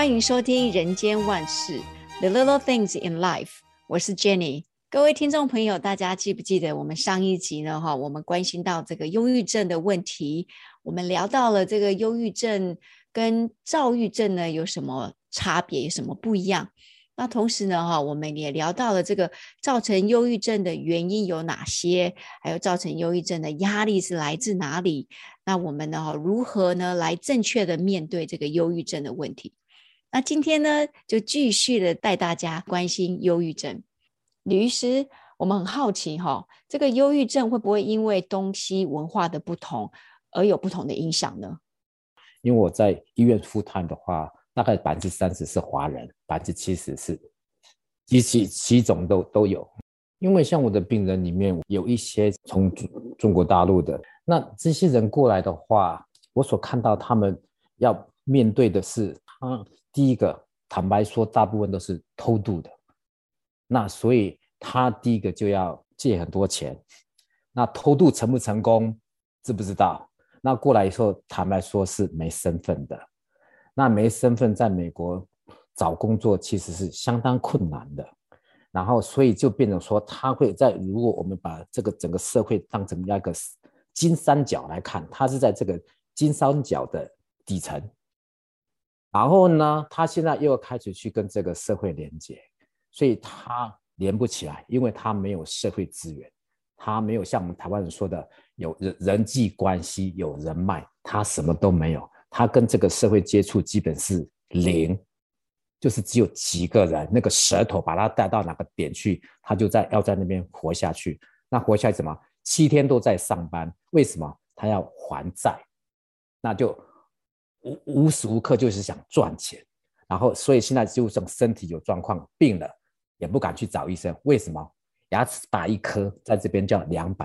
欢迎收听人间万事 The Little Things in Life， 我是 Jenny。 各位听众朋友，大家记不记得我们上一集呢我们关心到这个忧郁症的问题，我们聊到了这个忧郁症跟躁郁症呢有什么差别，有什么不一样。那同时呢我们也聊到了这个造成忧郁症的原因有哪些，还有造成忧郁症的压力是来自哪里，那我们呢如何呢来正确的面对这个忧郁症的问题。那今天呢就继续的带大家关心忧郁症。吕医师，我们很好奇这个忧郁症会不会因为东西文化的不同而有不同的影响呢？ 因为我在医院full time的话，大概30%是华人，70%是几种都有。因为像我的病人里面有一些从中国大陆的，那这些人过来的话，我所看到他们要面对的是，第一个坦白说大部分都是偷渡的，那所以他第一个就要借很多钱，那偷渡成不成功知不知道，那过来以后坦白说是没身份的，那没身份在美国找工作其实是相当困难的，然后所以就变成说他会在，如果我们把这个整个社会当成一个金三角来看，他是在这个金三角的底层，然后呢他现在又要开始去跟这个社会连接，所以他连不起来，因为他没有社会资源，他没有像我们台湾人说的有人际关系有人脉，他什么都没有，他跟这个社会接触基本是零，就是只有几个人那个舌头把他带到哪个点去，他就要在那边活下去。那活下去什么？7天都在上班，为什么？他要还债，那就无时无刻就是想赚钱，然后所以现在就算身体有状况病了也不敢去找医生，为什么？牙齿拔一颗在这边叫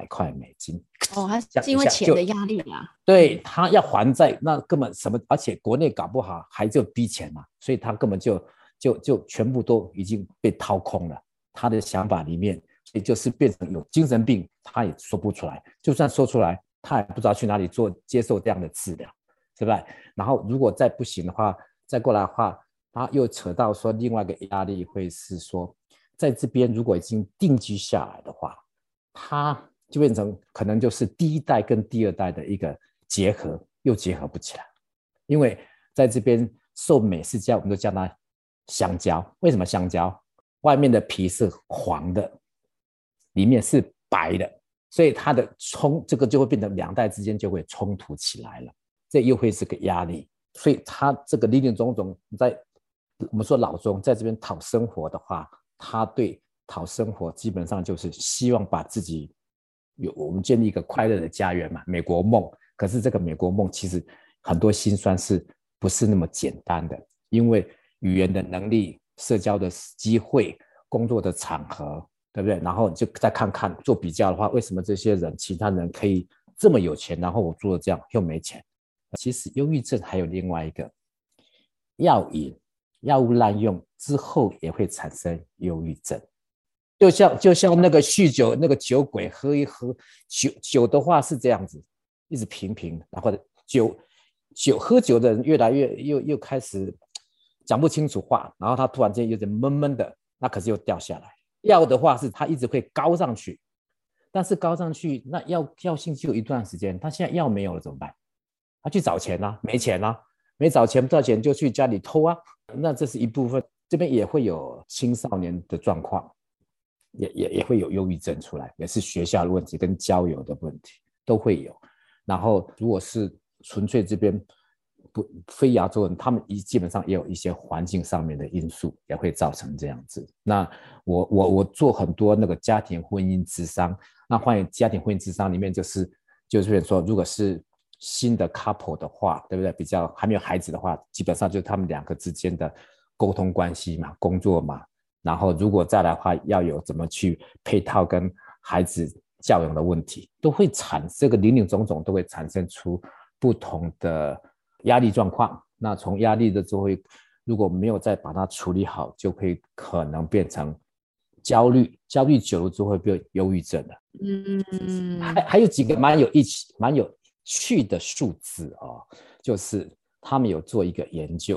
$200。 他是因为钱的压力啊。 对，他要还债，那根本什么，而且国内搞不好还就逼钱嘛，所以他根本就全部都已经被掏空了，他的想法里面，所以就是变成有精神病，他也说不出来，就算说出来他也不知道去哪里接受这样的治疗，是吧？然后如果再不行的话，再过来的话，他又扯到说另外一个压力会是说，在这边如果已经定居下来的话，他就变成可能就是第一代跟第二代的一个结合又结合不起来，因为在这边受美式教育我们都叫它香蕉，为什么香蕉？外面的皮是黄的，里面是白的，所以它的这个就会变成两代之间就会冲突起来了，这又会是个压力，所以他这个林林总总在我们说老中在这边讨生活的话，他对讨生活基本上就是希望把自己我们建立一个快乐的家园嘛，美国梦。可是这个美国梦其实很多辛酸是不是那么简单的，因为语言的能力、社交的机会、工作的场合，对不对？然后你就再看看做比较的话，为什么这些人其他人可以这么有钱，然后我做了这样又没钱？其实忧郁症还有另外一个药瘾，药物滥用之后也会产生忧郁症。就像那个酗酒那个酒鬼喝一喝酒的话是这样子，一直平，然后喝酒的人越来越又开始讲不清楚话，然后他突然间有点闷闷的，那可是又掉下来。药的话是他一直会高上去，但是高上去那药性就有一段时间，他现在药没有了怎么办？他去找钱啊，没钱啊，没找钱不找钱就去家里偷啊，那这是一部分。这边也会有青少年的状况，也会有忧郁症出来，也是学校的问题跟交友的问题都会有。然后如果是纯粹这边非亚洲人，他们基本上也有一些环境上面的因素也会造成这样子。那我做很多那个家庭婚姻咨商，那关于家庭婚姻咨商里面就是说，如果是新的 couple 的话，对不对？比较还没有孩子的话，基本上就是他们两个之间的沟通关系嘛，工作嘛，然后如果再来的话，要有怎么去配套跟孩子教养的问题，都会这个林林总总都会产生出不同的压力状况。那从压力的就会，如果没有再把它处理好，就会可能变成焦虑，焦虑久了就会变忧郁症了。还有几个蛮有趣的数字哦，就是他们有做一个研究，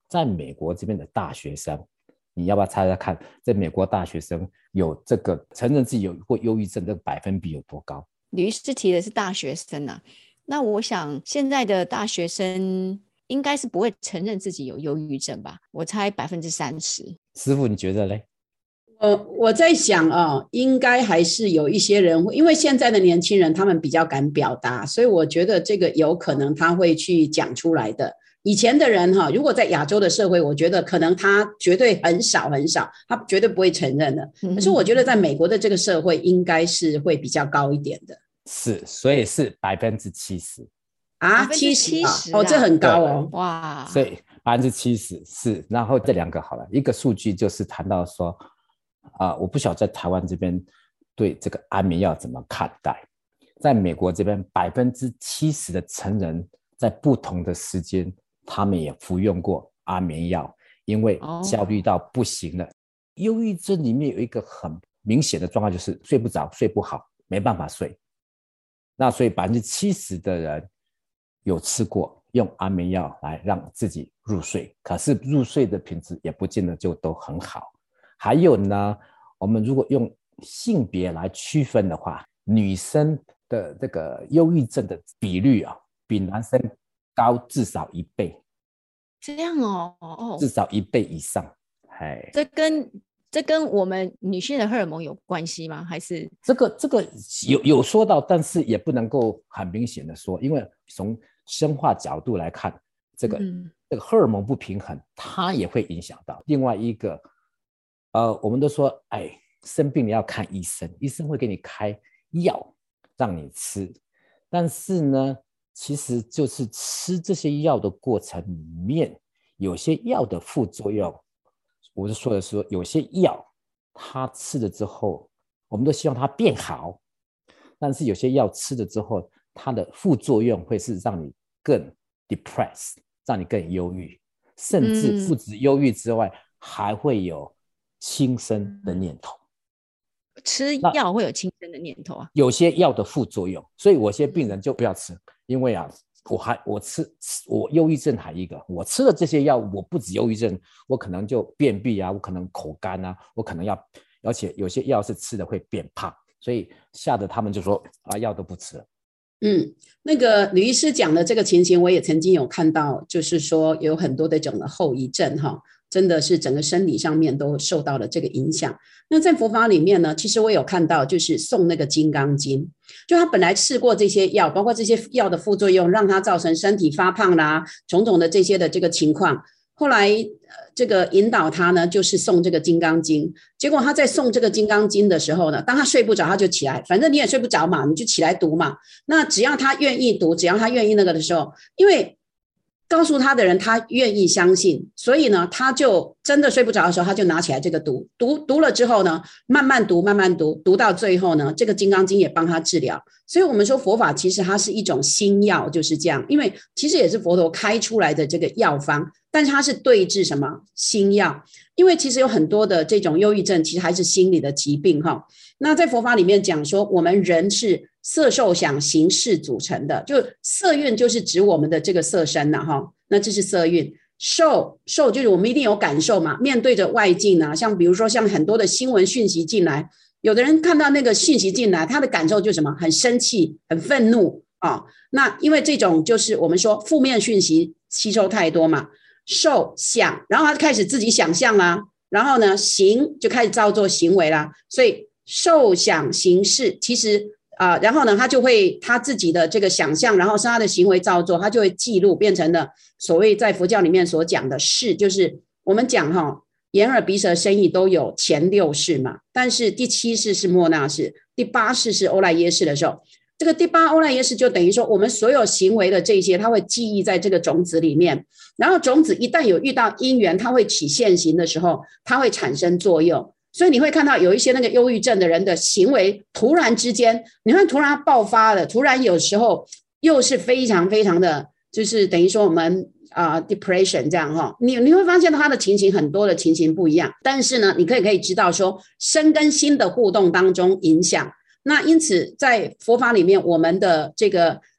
在美国这边的大学生，你要不要猜猜看，在美国大学生有这个承认自己有过忧郁症的百分比有多高？ 吕医师提的是大学生啊，那我想现在的大学生应该是不会承认自己有忧郁症吧？我猜30%。 师傅你觉得嘞？ 我在想应该还是有一些人会，因为现在的年轻人他们比较敢表达，所以我觉得这个有可能他会去讲出来的。以前的人如果在亚洲的社会，我觉得可能他绝对很少很少，他绝对不会承认的。可是我觉得在美国的这个社会应该是会比较高一点的。 是，所以是70% 啊，70%哦，这很高哦， 哇！ 所以70%是，然后这2个好了，一个数据就是谈到说，我不晓得在台湾这边对这个安眠药怎么看待。在美国这边70%的成人在不同的时间，他们也服用过安眠药，因为焦虑到不行了。忧郁症里面有一个很明显的状况，就是睡不着、睡不好，没办法睡。那所以70%的人有吃过用安眠药来让自己入睡，可是入睡的品质也不见得就都很好。还有呢，我们如果用性别来区分的话，女生的这个忧郁症的比率比男生高至少1倍。 这样哦， 至少1倍以上。 这跟我们女性的荷尔蒙有关系吗？还是这个有说到，但是也不能够很明显的说，因为从生化角度来看，这个荷尔蒙不平衡，它也会影响到。另外一个，我们都说，生病你要看医生，医生会给你开药让你吃，但是呢，其实就是吃这些药的过程里面，有些药的副作用。我是说的是，有些药它吃了之后，我们都希望它变好，但是有些药吃了之后，它的副作用会是让你更 depressed， 让你更忧郁，甚至不止忧郁之外，还会有轻生的念头。 吃药会有轻生的念头啊？ 有些药的副作用，所以有些病人就不要吃，因为我忧郁症还一个，我吃了这些药，我不止忧郁症，我可能就便秘啊，我可能口干啊，我可能而且有些药是吃的会变胖，所以吓得他们就说药都不吃了。 那个吕医师讲的这个情形，我也曾经有看到，就是说有很多的这种后遗症真的是整个生理上面都受到了这个影响。那在佛法里面呢，其实我有看到就是诵那个金刚经，就他本来吃过这些药，包括这些药的副作用，让他造成身体发胖啦，种种的这些的这个情况，后来这个引导他呢，就是诵这个金刚经。结果他在诵这个金刚经的时候呢，当他睡不着他就起来，反正你也睡不着嘛，你就起来读嘛。那只要他愿意读，只要他愿意那个的时候，因为告诉他的人他愿意相信，所以呢他就真的睡不着的时候，他就拿起来这个读了之后呢，慢慢读读到最后呢，这个金刚经也帮他治疗。所以我们说佛法其实它是一种新药，就是这样，因为其实也是佛陀开出来的这个药方，但是它是对治什么新药，因为其实有很多的这种忧郁症其实还是心理的疾病那在佛法里面讲说，我们人是色受想行识组成的，就色蕴就是指我们的这个色身那这是色蕴。受就是我们一定有感受嘛，面对着外境像比如说像很多的新闻讯息进来，有的人看到那个讯息进来，他的感受就是什么，很生气很愤怒那因为这种就是我们说负面讯息吸收太多嘛，受想，然后他开始自己想象啦，然后呢行就开始照做行为啦，所以受想行识其实然后呢他就会他自己的这个想象，然后是他的行为照做，他就会记录，变成了所谓在佛教里面所讲的识，就是我们讲眼耳鼻舌身意都有前6识嘛，但是第7识是末那识，第8识是欧赖耶识的时候，这个第8欧赖耶识就等于说我们所有行为的这些，它会记忆在这个种子里面，然后种子一旦有遇到因缘，它会起现行的时候，它会产生作用。所以你会看到有一些那个忧郁症的人的行为突然之间，你会突然爆发了，突然有时候又是非常非常的，就是等于说我们depression 这样你会发现他的情形很多的情形不一样，但是呢你可以知道说身跟心的互动当中影响。那因此在佛法里面，我们的这个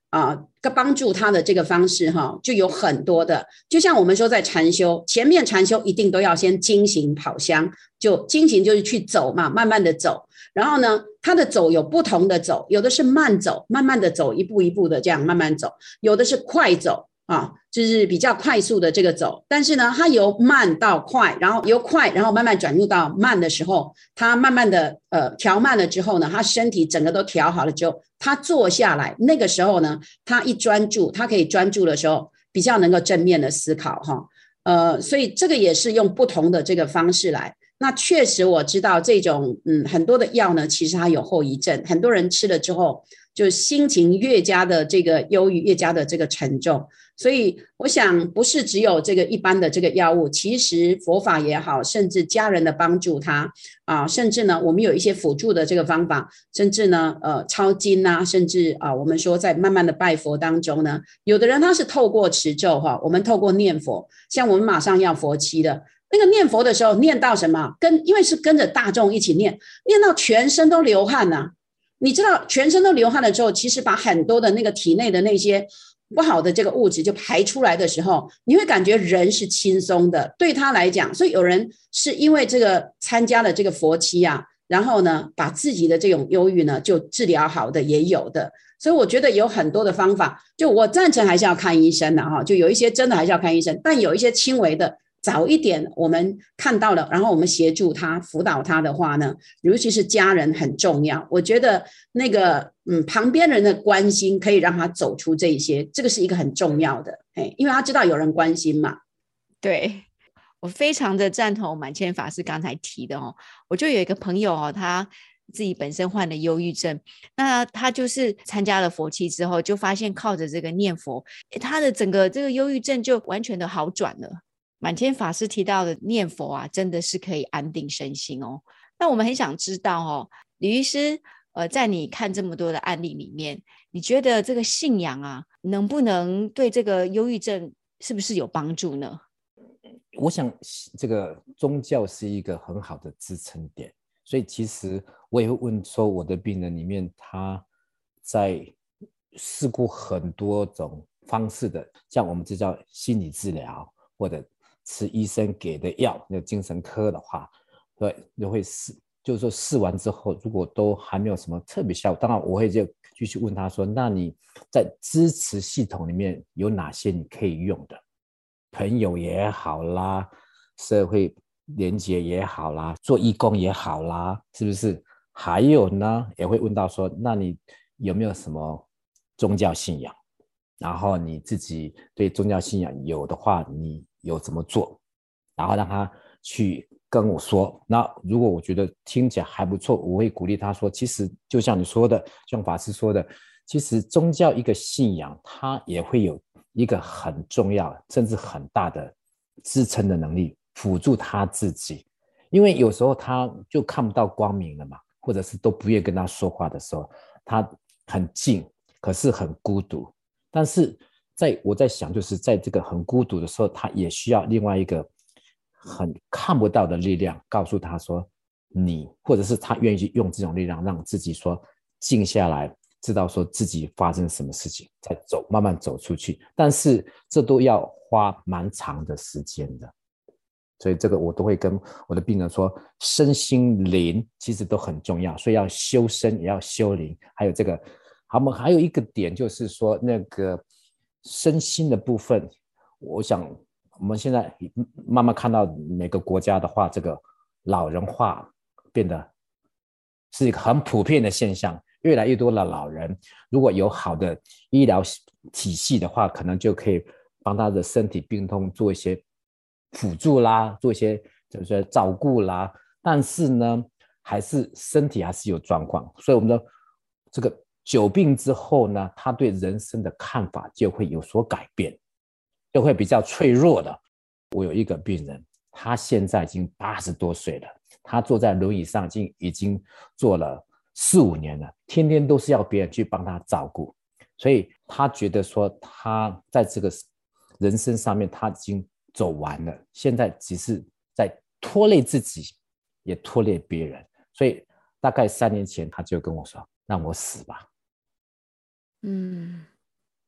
帮助他的这个方式就有很多的，就像我们说在禅修，前面禅修一定都要先经行跑香，就经行就是去走嘛，慢慢的走，然后呢，他的走有不同的走，有的是慢走，慢慢的走，一步一步的这样慢慢走，有的是快走就是比较快速的这个走，但是呢，它由慢到快，然后由快，然后慢慢转入到慢的时候，它慢慢的调慢了之后呢，他身体整个都调好了之后，他坐下来，那个时候呢，他一专注，他可以专注的时候，比较能够正面的思考所以这个也是用不同的这个方式来。那确实我知道这种很多的药呢，其实它有后遗症，很多人吃了之后，就心情越加的这个忧郁，越加的这个沉重。所以我想不是只有这个一般的这个药物，其实佛法也好，甚至家人的帮助他甚至呢我们有一些辅助的这个方法，甚至呢抄经甚至我们说在慢慢的拜佛当中呢，有的人他是透过持咒我们透过念佛，像我们马上要佛期的那个念佛的时候，念到什么因为是跟着大众一起念到全身都流汗你知道全身都流汗了之后，其实把很多的那个体内的那些不好的这个物质就排出来的时候，你会感觉人是轻松的，对他来讲。所以有人是因为这个参加了这个佛期然后呢把自己的这种忧郁呢就治疗好的也有的。所以我觉得有很多的方法，就我赞成还是要看医生的就有一些真的还是要看医生，但有一些轻微的早一点我们看到了，然后我们协助他辅导他的话呢，尤其是家人很重要。我觉得那个旁边人的关心可以让他走出这些，这个是一个很重要的因为他知道有人关心嘛。 对，我非常的赞同满谦法师刚才提的我就有一个朋友他自己本身患了忧郁症，那他就是参加了佛期之后，就发现靠着这个念佛，他的整个这个忧郁症就完全的好转了。满谦法师提到的念佛真的是可以安定身心那我们很想知道李医师在你看这么多的案例里面，你觉得这个信仰能不能对这个忧郁症是不是有帮助呢？ 我想这个宗教是一个很好的支撑点，所以其实我也会问说，我的病人里面他在试过很多种方式的，像我们这叫心理治疗，或者吃医生给的药，那精神科的话，对，就会试，就是说试完之后，如果都还没有什么特别效果，当然我会就继续问他说，那你在支持系统里面有哪些你可以用的？朋友也好啦，社会连结也好啦，做义工也好啦，是不是？还有呢，也会问到说，那你有没有什么宗教信仰？然后你自己对宗教信仰有的话，你有怎么做？然后让他去跟我说。那如果我觉得听起来还不错，我会鼓励他说，其实就像你说的，像法师说的，其实宗教一个信仰，它也会有一个很重要甚至很大的支撑的能力，辅助他自己。因为有时候他就看不到光明了嘛，或者是都不愿跟他说话的时候，他很静，可是很孤独。但是我在想，就是在这个很孤独的时候，他也需要另外一个很看不到的力量告诉他说，你，或者是他愿意去用这种力量让自己说静下来，知道说自己发生什么事情，再走，慢慢走出去。但是这都要花蛮长的时间的，所以这个我都会跟我的病人说，身心灵其实都很重要，所以要修身也要修灵。还有这个还有一个点就是说，那个身心的部分，我想我们现在慢慢看到每个国家的话，这个老人化变得是一个很普遍的现象，越来越多的老人如果有好的医疗体系的话，可能就可以帮他的身体病痛做一些辅助啦，做一些就是照顾啦。但是呢，身体还是有状况，所以我们的这个久病之后呢，他对人生的看法就会有所改变，就会比较脆弱的。我有一个病人，他现在已经80多岁了，他坐在轮椅上已经坐了4-5年了，天天都是要别人去帮他照顾，所以他觉得说他在这个人生上面他已经走完了，现在只是在拖累自己，也拖累别人。所以大概3年前他就跟我说，让我死吧。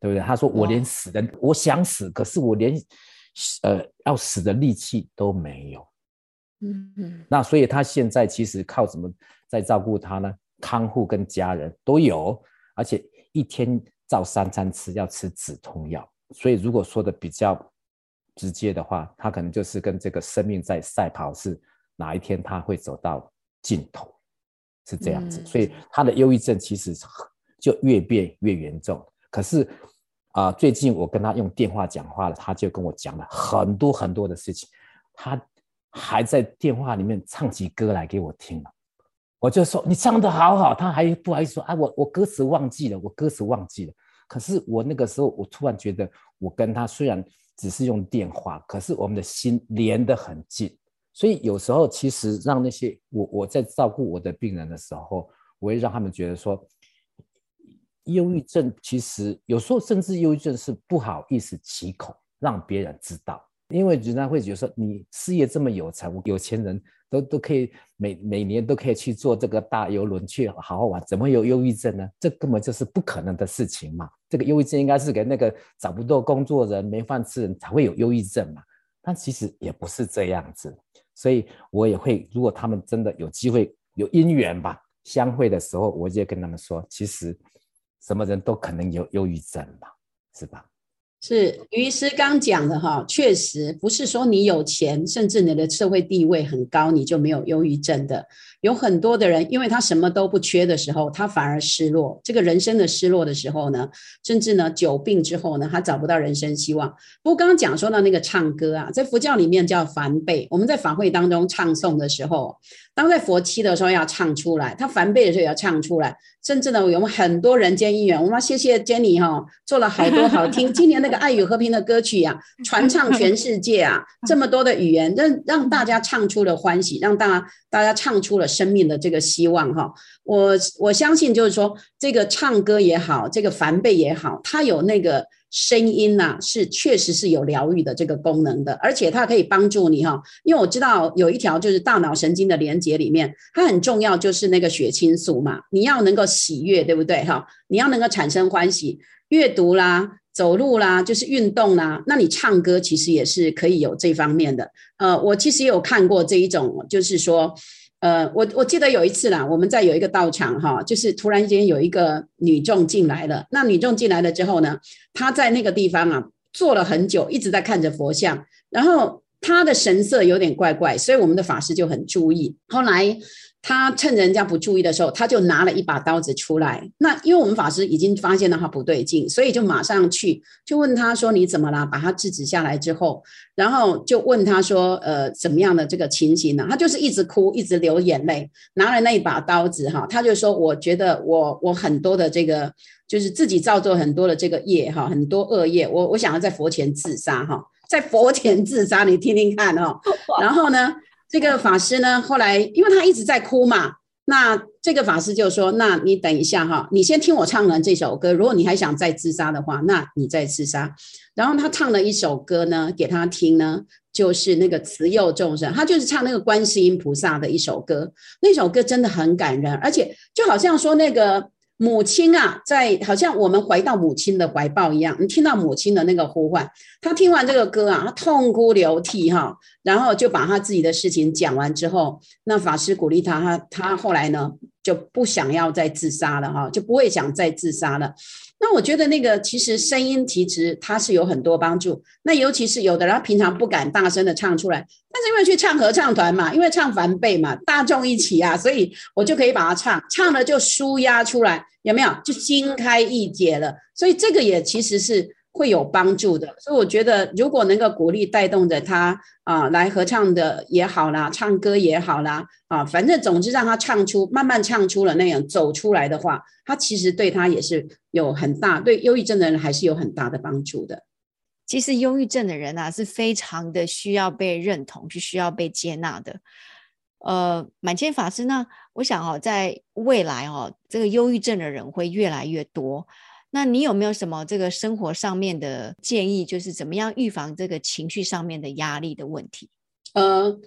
对不对？他说我连死的，我想死，可是我连要死的力气都没有。那所以他现在其实靠什么在照顾他呢？看护跟家人都有，而且一天照3餐吃，要吃止痛药。所以如果说的比较直接的话，他可能就是跟这个生命在赛跑，是哪一天他会走到尽头，是这样子。所以他的忧郁症其实就越变越严重。可是最近我跟他用电话讲话了，他就跟我讲了很多很多的事情，他还在电话里面唱起歌来给我听了。我就说你唱得好好，他还不好意思说我歌词忘记了，我歌词忘记了。可是我那个时候我突然觉得我跟他虽然只是用电话，可是我们的心连得很近。所以有时候其实让那些我在照顾我的病人的时候，我会让他们觉得说忧郁症其实有时候甚至忧郁症是不好意思启口让别人知道，因为人家会觉得说你事业这么有成，有钱人都可以每年都可以去做这个大邮轮去好好玩，怎么会有忧郁症呢？这根本就是不可能的事情嘛。这个忧郁症应该是给那个找不到工作人没饭吃人才会有忧郁症嘛，但其实也不是这样子。所以我也会，如果他们真的有机会有因缘吧相会的时候，我就跟他们说其实什么人都可能有忧郁症嘛，是吧？ 是于医师刚讲的哈，确实不是说你有钱，甚至你的社会地位很高，你就没有忧郁症的。有很多的人，因为他什么都不缺的时候，他反而失落。这个人生的失落的时候呢，甚至呢久病之后呢，他找不到人生希望。不过刚刚讲说到那个唱歌啊，在佛教里面叫梵呗。我们在法会当中唱诵的时候，当在佛七的时候要唱出来，他梵呗的时候也要唱出来。甚至呢，有很多人间姻缘，我们要谢谢 Jenny 哈，做了好多好听。今年那个爱与和平的歌曲啊，传唱全世界啊，这么多的语言，让大家唱出了欢喜，让大家唱出了生命的这个希望哈。我相信就是说，这个唱歌也好，这个梵呗也好，它有那个声音啊，是确实是有疗愈的这个功能的，而且它可以帮助你哈。因为我知道有一条就是大脑神经的连接里面，它很重要，就是那个血清素嘛，你要能够喜悦，对不对哈？你要能够产生欢喜，阅读啦、走路啦，就是运动啦，那你唱歌其实也是可以有这方面的。我其实也有看过这一种，就是说。我记得有一次啦，我们在有一个道场哈，就是突然间有一个女众进来了。那女众进来了之后呢，她在那个地方啊坐了很久，一直在看着佛像，然后她的神色有点怪怪，所以我们的法师就很注意。后来他趁人家不注意的时候，他就拿了一把刀子出来。那因为我们法师已经发现到他不对劲，所以就马上去就问他说：“你怎么啦？”把他制止下来之后，然后就问他说：“怎么样的这个情形呢？”他就是一直哭，一直流眼泪，拿了那一把刀子哈，他就说：“我觉得我很多的这个就是自己造作很多的这个业哈，很多恶业，我想要在佛前自杀哈，在佛前自杀，你听听看哈。”然后呢？这个法师呢，后来因为他一直在哭嘛，那这个法师就说：“那你等一下哈，你先听我唱完这首歌，如果你还想再自杀的话，那你再自杀。”然后他唱了一首歌呢，给他听呢，就是那个慈佑众生，他就是唱那个观世音菩萨的一首歌，那首歌真的很感人，而且就好像说那个。母亲啊，在好像我们回到母亲的怀抱一样，你听到母亲的那个呼唤。他听完这个歌啊，他痛哭流涕哈，然后就把他自己的事情讲完之后，那法师鼓励他后来呢就不想要再自杀了哈，就不会想再自杀了。那我觉得那个其实声音其实它是有很多帮助，那尤其是有的人平常不敢大声的唱出来，但是因为去唱合唱团嘛，因为唱梵呗嘛，大众一起啊，所以我就可以把它唱了就抒压出来，有没有？就心开意解了，所以这个也其实是会有帮助的。所以我觉得如果能够鼓励带动着他来合唱的也好啦，唱歌也好啦反正总之让他慢慢唱出了那样走出来的话，他其实对他也是有很大，对忧郁症的人还是有很大的帮助的。 其实忧郁症的人啊是非常的需要被认同，是需要被接纳的。满谦法师呢，我想在未来这个忧郁症的人会越来越多。那你有没有什么这个生活上面的建议，就是怎么样预防这个情绪上面的压力的问题？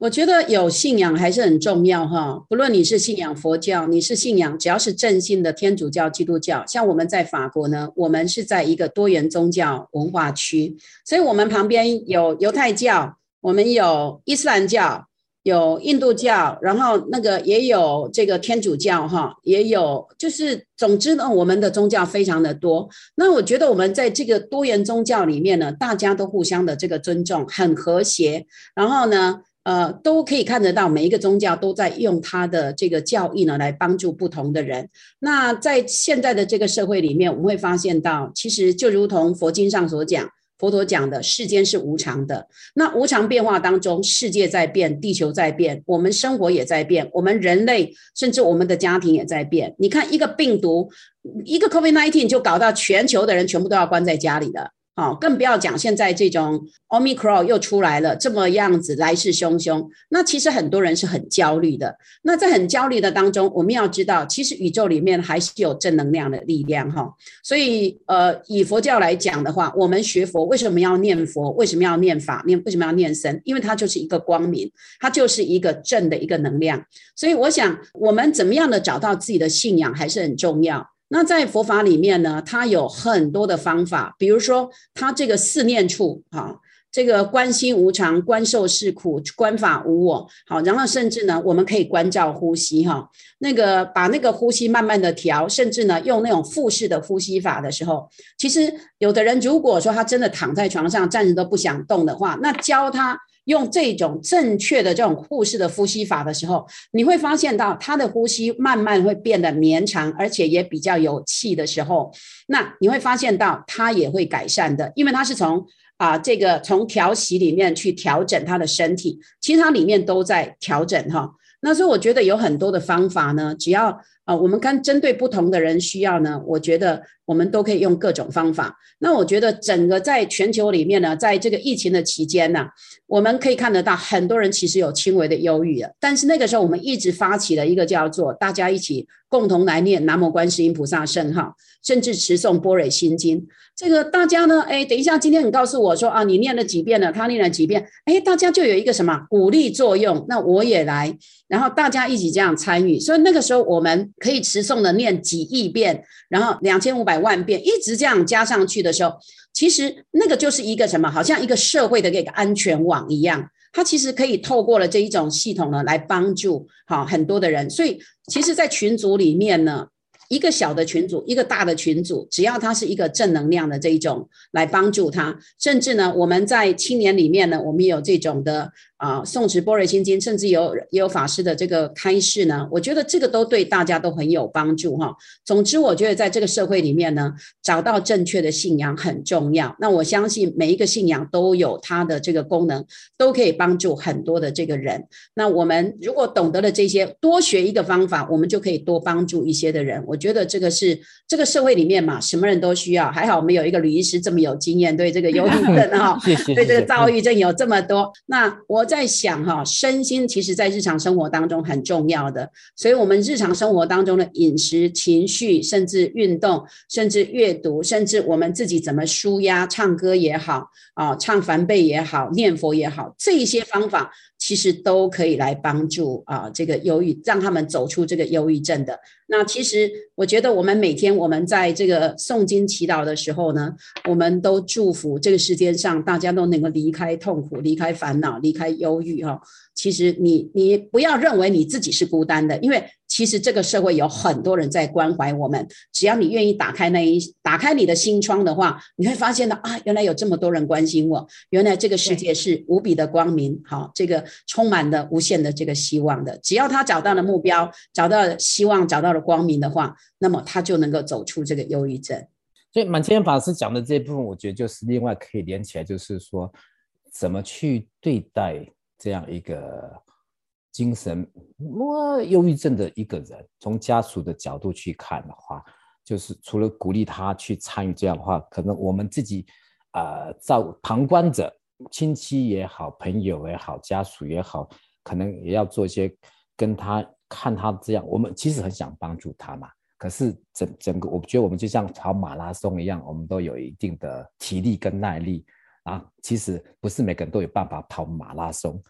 我觉得有信仰还是很重要哈，不论你是信仰佛教，你是信仰只要是正信的天主教、基督教，像我们在法国呢，我们是在一个多元宗教文化区，所以我们旁边有犹太教，我们有伊斯兰教，有印度教，然后那个也有这个天主教哈，也有就是总之呢，我们的宗教非常的多。那我觉得我们在这个多元宗教里面呢，大家都互相的这个尊重，很和谐，然后呢。都可以看得到，每一个宗教都在用它的这个教义呢，来帮助不同的人。那在现在的这个社会里面，我们会发现到，其实就如同佛经上所讲，佛陀讲的，世间是无常的。那无常变化当中，世界在变，地球在变，我们生活也在变，我们人类甚至我们的家庭也在变。你看，一个病毒，一个 COVID-19 就搞到全球的人全部都要关在家里了。更不要讲现在这种 Omicron 又出来了，这么样子来势汹汹，那其实很多人是很焦虑的。那在很焦虑的当中，我们要知道，其实宇宙里面还是有正能量的力量哈。所以以佛教来讲的话，我们学佛为什么要念佛？为什么要念法？为什么要念僧？因为它就是一个光明，它就是一个正的一个能量。所以我想，我们怎么样的找到自己的信仰还是很重要。那在佛法里面呢，它有很多的方法，比如说它这个四念处，这个观心无常，观受是苦，观法无我，好，然后甚至呢，我们可以关照呼吸那个把那个呼吸慢慢的调，甚至呢用那种腹式的呼吸法的时候，其实有的人如果说他真的躺在床上暂时都不想动的话，那教他用这种正确的这种腹式的呼吸法的时候，你会发现到他的呼吸慢慢会变得绵长，而且也比较有气的时候，那你会发现到他也会改善的，因为他是从这个从调息里面去调整他的身体，其实它里面都在调整那所以我觉得有很多的方法呢，只要我们看针对不同的人需要呢，我觉得我们都可以用各种方法。那我觉得整个在全球里面呢，在这个疫情的期间呢，我们可以看得到很多人其实有轻微的忧郁了，但是那个时候我们一直发起了一个叫做大家一起共同来念南无观世音菩萨圣号，甚至持诵般若心经。这个大家呢，等一下今天你告诉我说你念了几遍了，他念了几遍，大家就有一个什么鼓励作用，那我也来，然后大家一起这样参与，所以那个时候我们可以持诵的念几亿遍，然后2500万遍，一直这样加上去的时候，其实那个就是一个什么，好像一个社会的一个安全网一样，它其实可以透过了这一种系统呢来帮助很多的人。所以其实在群组里面呢，一个小的群组，一个大的群组，只要它是一个正能量的这一种来帮助它，甚至呢我们在青年里面呢，我们也有这种的诵持般若心经，甚至也有法师的这个开示呢，我觉得这个都对大家都很有帮助总之我觉得在这个社会里面呢，找到正确的信仰很重要。那我相信每一个信仰都有它的这个功能，都可以帮助很多的这个人。那我们如果懂得了这些，多学一个方法，我们就可以多帮助一些的人。我觉得这个是这个社会里面嘛，什么人都需要。还好我们有一个吕医师这么有经验，对这个忧郁症谢谢对这个躁郁症有这么多。那我在想身心其实在日常生活当中很重要的，所以我们日常生活当中的饮食、情绪，甚至运动，甚至阅读，甚至我们自己怎么抒压，唱歌也好唱梵呗也好，念佛也好，这些方法其实都可以来帮助这个忧郁，让他们走出这个忧郁症的。那其实我觉得我们每天我们在这个诵经祈祷的时候呢，我们都祝福这个世界上大家都能够离开痛苦，离开烦恼，离开忧郁其实你不要认为你自己是孤单的，因为其实这个社会有很多人在关怀我们，只要你愿意打开你的心窗的话，你会发现到原来有这么多人关心我，原来这个世界是无比的光明这个充满了无限的这个希望的。只要他找到了目标，找到了希望，找到了光明的话，那么他就能够走出这个忧郁症。 所以满谦法师讲的这部分，我觉得就是另外可以连起来，就是说怎么去对待这样一个精神忧郁症的一个人，从家属的角度去看的话，就是除了鼓励他去参与这样的话，可能我们自己旁观者，亲戚也好，朋友也好，家属也好，可能也要做一些跟他看他这样，我们其实很想帮助他嘛，可是整个我觉得我们就像跑马拉松一样，我们都有一定的体力跟耐力其实不是每个人都有办法跑马拉松。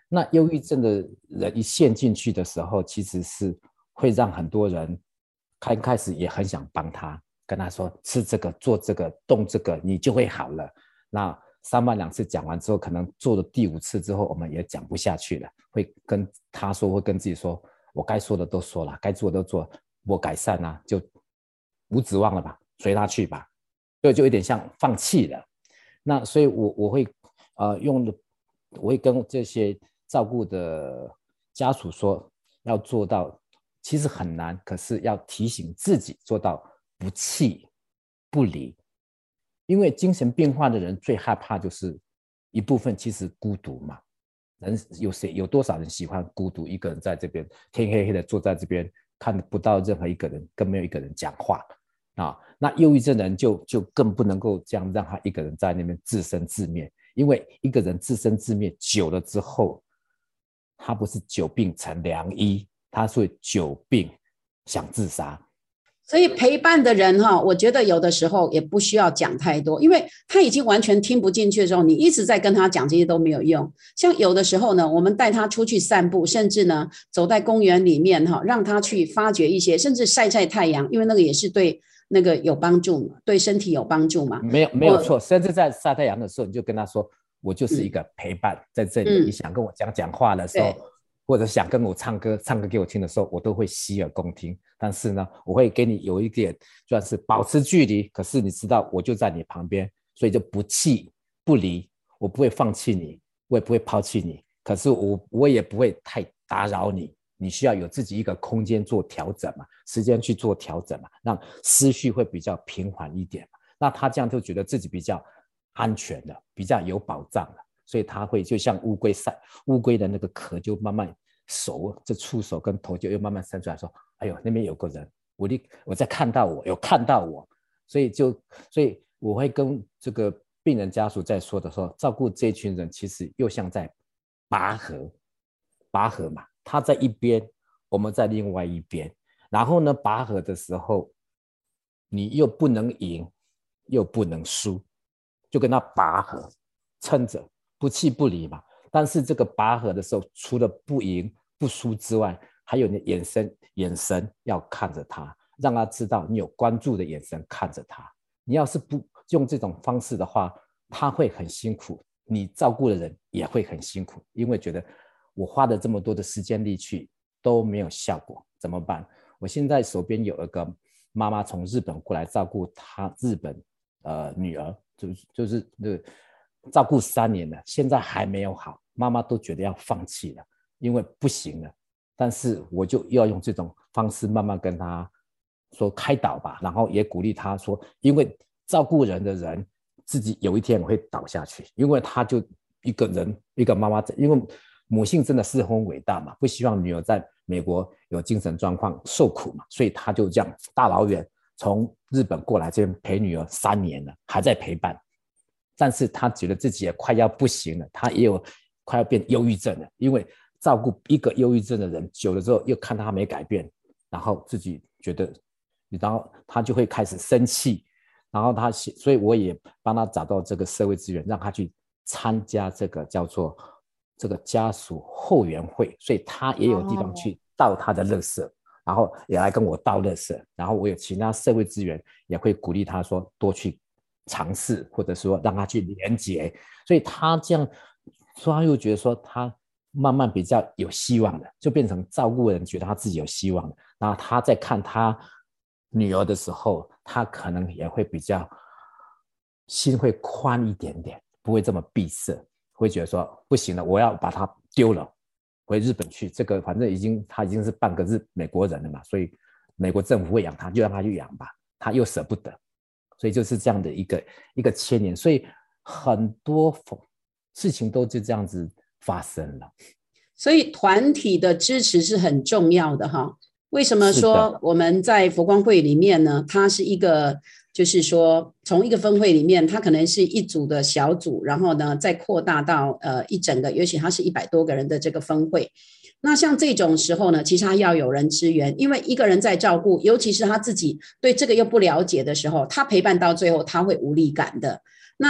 那忧郁症的人一陷进去的时候，其实是会让很多人开始也很想帮他，跟他说吃这个做这个动这个你就会好了。那3番2次讲完之后，可能做了第5次之后，我们也讲不下去了，会跟他说，会跟自己说，我该说的都说了，该做的都做，我改善啊，就无指望了吧，随他去吧，就有点像放弃了。那所以我会我会跟这些照顾的家属说，要做到，其实很难，可是要提醒自己做到不弃不离。因为精神病患的人最害怕就是一部分其实孤独嘛，人有多少人喜欢孤独，一个人在这边天黑黑的坐在这边，看不到任何一个人，更没有一个人讲话啊。那忧郁症人就更不能够这样让他一个人在那边自生自灭，因为一个人自生自灭久了之后，他不是久病成良医，他是久病想自杀。 所以陪伴的人我觉得有的时候也不需要讲太多，因为他已经完全听不进去的时候，你一直在跟他讲这些都没有用。像有的时候呢，我们带他出去散步，甚至呢走在公园里面让他去发掘一些，甚至晒晒太阳，因为那个也是对那个有帮助，对身体有帮助嘛。 没有错，甚至在晒太阳的时候，你就跟他说，我就是一个陪伴在这里，你想跟我讲话的时候，或者想跟我唱歌给我听的时候，我都会洗耳恭听。但是呢，我会给你有一点算是保持距离，可是你知道我就在你旁边，所以就不弃不离，我不会放弃你，我也不会抛弃你，可是我也不会太打扰你，你需要有自己一个空间做调整嘛，时间去做调整嘛，让思绪会比较平缓一点嘛。那他这样就觉得自己比较安全了，比较有保障了，所以他会就像乌龟的那个壳就慢慢手这触手跟头就又慢慢伸出来说，哎呦那边有个人，我在看到我，有看到我，所以我会跟这个病人家属在说的时候，照顾这群人其实又像在拔河嘛，他在一边，我们在另外一边，然后呢拔河的时候你又不能赢又不能输，就跟他拔河撑着不弃不离嘛。但是这个拔河的时候，除了不赢不输之外，还有你的眼神要看着他，让他知道你有关注的眼神看着他。你要是不用这种方式的话，他会很辛苦，你照顾的人也会很辛苦，因为觉得我花了这么多的时间力气都没有效果，怎么办？我现在手边有一个妈妈从日本过来照顾她日本女儿，就是照顾3年了，现在还没有好，妈妈都觉得要放弃了，因为不行了。但是我就要用这种方式慢慢跟她说开导吧，然后也鼓励她说，因为照顾人的人自己有一天会倒下去，因为他就一个人一个妈妈，因为母性真的是很伟大嘛，不希望女儿在美国有精神状况受苦嘛，所以他就这样大老远从日本过来这边陪女儿3年了，还在陪伴。但是他觉得自己也快要不行了，他也有快要变忧郁症了，因为照顾一个忧郁症的人久了之后，又看他没改变，然后自己觉得，然后他就会开始生气，然后所以我也帮他找到这个社会资源，让他去参加这个叫做这个家属后援会，所以他也有地方去倒他的垃圾，然后也来跟我倒垃圾，然后我有其他社会资源也会鼓励他说多去尝试，或者说让他去连结，所以他这样说，他又觉得说他慢慢比较有希望了，就变成照顾人觉得他自己有希望了，然后他在看他女儿的时候，他可能也会比较心会宽一点点，不会这么闭塞，会觉得说不行了，我要把他丢了回日本去，这个反正他已经是半个美国人了嘛，所以美国政府会养他，就让他去养吧，他又舍不得，所以就是这样的一个牵连，所以很多事情都就这样子发生了。 所以团体的支持是很重要的哈。为什么说我们在佛光会里面呢？它是一个，就是说从一个分会里面，它可能是一组的小组，然后呢再扩大到一整个，尤其它是100多个人的这个分会。那像这种时候呢，其实他要有人支援，因为一个人在照顾，尤其是他自己对这个又不了解的时候，他陪伴到最后他会无力感的。那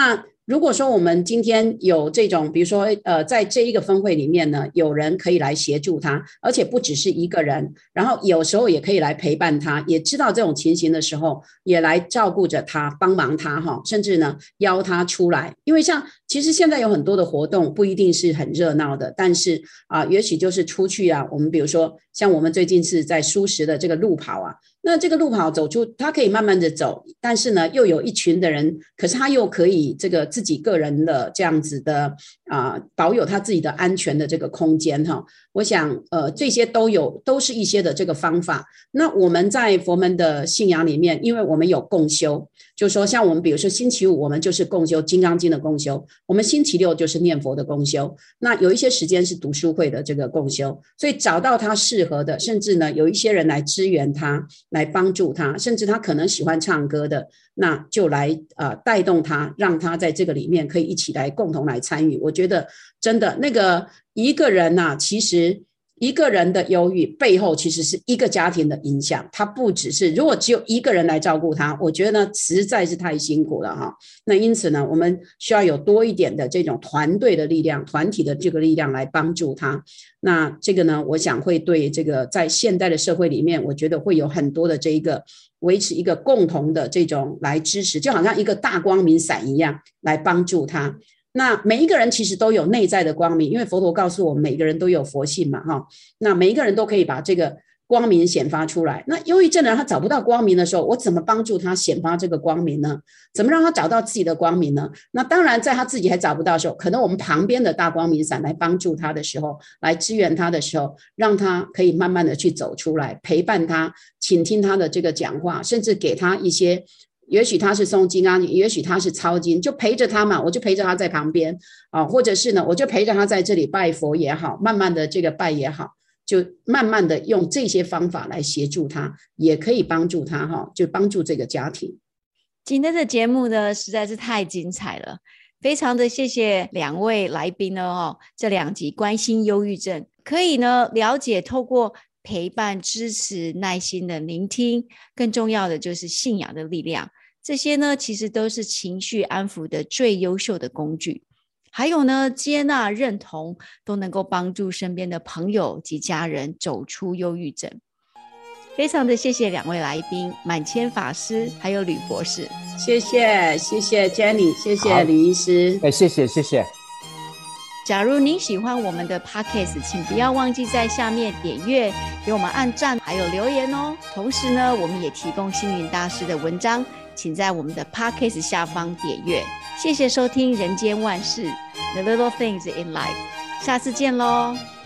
如果说我们今天有这种，比如说在这一个分会里面呢，有人可以来协助他，而且不只是一个人，然后有时候也可以来陪伴他，也知道这种情形的时候，也来照顾着他，帮忙他哈，甚至呢邀他出来。因为像其实现在有很多的活动不一定是很热闹的，但是也许就是出去我们比如说像我们最近是在蔬食的这个路跑那这个路跑走出，他可以慢慢的走，但是呢又有一群的人，可是他又可以这个自己个人的这样子的保有他自己的安全的这个空间我想这些都是一些的这个方法。那我们在佛门的信仰里面，因为我们有共修，就是说像我们比如说星期五我们就是共修金刚经的共修，我们星期六就是念佛的共修，那有一些时间是读书会的这个共修，所以找到他适合的，甚至呢有一些人来支援他，来帮助他，甚至他可能喜欢唱歌的，那就来带动他，让他在这个里面可以一起来共同来参与。我觉得真的那个一个人其实一个人的忧郁背后其实是一个家庭的影响，他不只是如果只有一个人来照顾他，我觉得呢实在是太辛苦了那因此呢我们需要有多一点的这种团队的力量，团体的这个力量来帮助他。那这个呢我想会对这个在现代的社会里面，我觉得会有很多的这一个维持一个共同的这种来支持，就好像一个大光明伞一样来帮助他。那每一个人其实都有内在的光明，因为佛陀告诉我们每个人都有佛性嘛那每一个人都可以把这个光明显发出来。那忧郁症的人他找不到光明的时候，我怎么帮助他显发这个光明呢？怎么让他找到自己的光明呢？那当然在他自己还找不到的时候，可能我们旁边的大光明伞来帮助他的时候，来支援他的时候，让他可以慢慢的去走出来，陪伴他，倾听他的这个讲话，甚至给他一些，也许他是诵经也许他是抄经，就陪着他嘛，我就陪着他在旁边或者是呢我就陪着他在这里拜佛也好，慢慢的这个拜也好，就慢慢的用这些方法来协助他，也可以帮助他就帮助这个家庭。 今天的节目呢实在是太精彩了，非常的谢谢两位来宾呢这2集关心忧郁症，可以呢了解透过陪伴、支持、耐心的聆听，更重要的就是信仰的力量，这些呢其实都是情绪安抚的最优秀的工具。还有呢接纳、认同，都能够帮助身边的朋友及家人走出忧郁症。非常的谢谢2位来宾，满谦法师还有吕博士。 谢谢 Jenny， 谢谢吕医师。 谢谢。 假如您喜欢我们的 Podcast， 请不要忘记在下面点阅，给我们按赞还有留言同时呢我们也提供星云大师的文章，请在我们的 Podcast 下方点阅。谢谢收听人间万事 The Little Things in Life， 下次见咯。